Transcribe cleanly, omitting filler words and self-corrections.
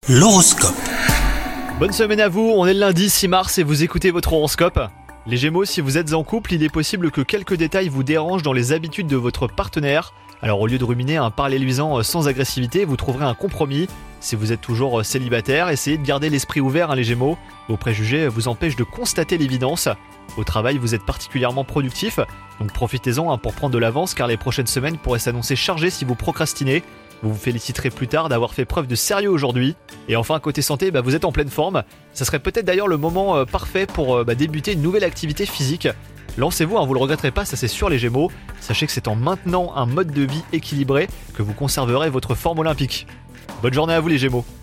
L'horoscope. Bonne semaine à vous, on est le lundi 6 mars et vous écoutez votre horoscope. Les Gémeaux, si vous êtes en couple, il est possible que quelques détails vous dérangent dans les habitudes de votre partenaire. Alors au lieu de ruminer un parler-luisant sans agressivité, vous trouverez un compromis. Si vous êtes toujours célibataire, essayez de garder l'esprit ouvert, les Gémeaux. Vos préjugés vous empêchent de constater l'évidence. Au travail, vous êtes particulièrement productif, donc profitez-en pour prendre de l'avance car les prochaines semaines pourraient s'annoncer chargées si vous procrastinez. Vous vous féliciterez plus tard d'avoir fait preuve de sérieux aujourd'hui. Et enfin, côté santé, vous êtes en pleine forme. Ça serait peut-être d'ailleurs le moment parfait pour débuter une nouvelle activité physique. Lancez-vous, vous le regretterez pas, ça c'est sûr les Gémeaux. Sachez que c'est en maintenant un mode de vie équilibré que vous conserverez votre forme olympique. Bonne journée à vous les Gémeaux.